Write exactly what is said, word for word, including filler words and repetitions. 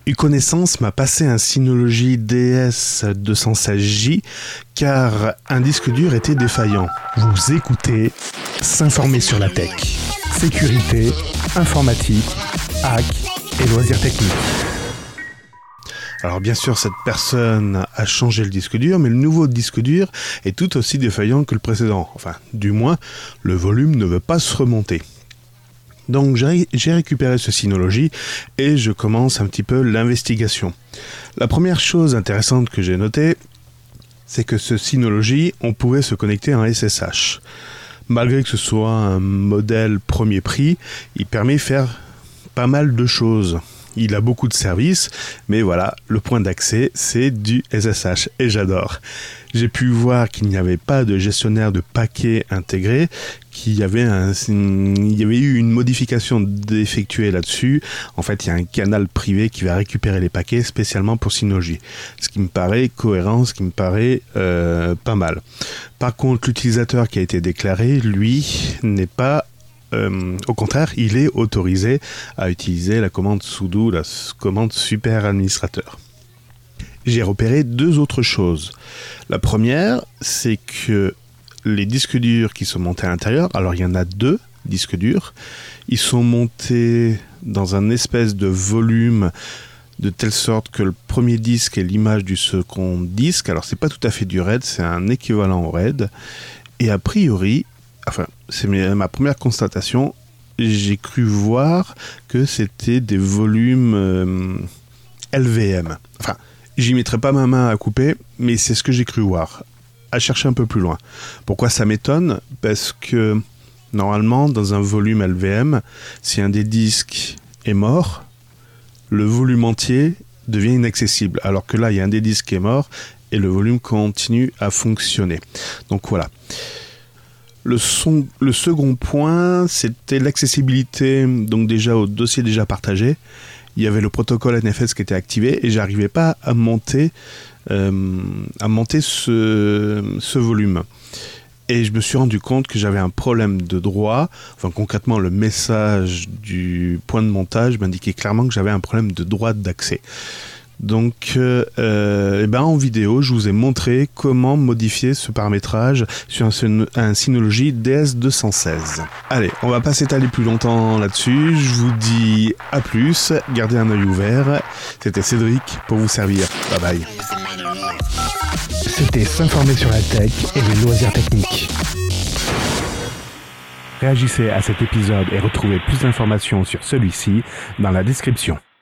Uconnaissance m'a passé un Synology D S deux cent seize J car un disque dur était défaillant. Vous écoutez S'informer sur la tech. Sécurité, informatique, hack et loisirs techniques. Alors bien sûr, cette personne a changé le disque dur, mais le nouveau disque dur est tout aussi défaillant que le précédent. Enfin, du moins, le volume ne veut pas se remonter. Donc j'ai, j'ai récupéré ce Synology et je commence un petit peu l'investigation. La première chose intéressante que j'ai notée, c'est que ce Synology, on pouvait se connecter en S S H. Malgré que ce soit un modèle premier prix, il permet de faire pas mal de choses. Il a beaucoup de services, mais voilà, le point d'accès, c'est du S S H, et j'adore. J'ai pu voir qu'il n'y avait pas de gestionnaire de paquets intégré, qu'il y avait, un, il y avait eu une modification d'effectuer là-dessus. En fait, il y a un canal privé qui va récupérer les paquets spécialement pour Synology, ce qui me paraît cohérent, ce qui me paraît euh, pas mal. Par contre, l'utilisateur qui a été déclaré, lui, n'est pas Euh, au contraire, il est autorisé à utiliser la commande sudo, la commande super administrateur. J'ai repéré deux autres choses. La première, c'est que les disques durs qui sont montés à l'intérieur, alors il y en a deux disques durs, ils sont montés dans un espèce de volume de telle sorte que le premier disque est l'image du second disque. Alors c'est pas tout à fait du RAID, c'est un équivalent au RAID. Et a priori, enfin, c'est ma première constatation, j'ai cru voir que c'était des volumes euh, L V M. Enfin, j'y mettrai pas ma main à couper, mais c'est ce que j'ai cru voir, à chercher un peu plus loin. Pourquoi ça m'étonne ? Parce que, normalement, dans un volume L V M, si un des disques est mort, le volume entier devient inaccessible. Alors que là, il y a un des disques qui est mort, et le volume continue à fonctionner. Donc voilà. Le, son, le second point, c'était l'accessibilité, donc déjà au dossier déjà partagé. Il y avait le protocole N F S qui était activé et j'arrivais pas à monter, euh, à monter ce, ce volume. Et je me suis rendu compte que j'avais un problème de droit. Enfin, concrètement, le message du point de montage m'indiquait clairement que j'avais un problème de droit d'accès. Donc, euh, et ben en vidéo, je vous ai montré comment modifier ce paramétrage sur un, un Synology D S deux cent seize. Allez, on va pas s'étaler plus longtemps là-dessus. Je vous dis à plus, gardez un œil ouvert. C'était Cédric pour vous servir. Bye bye. C'était S'informer sur la tech et les loisirs techniques. Réagissez à cet épisode et retrouvez plus d'informations sur celui-ci dans la description.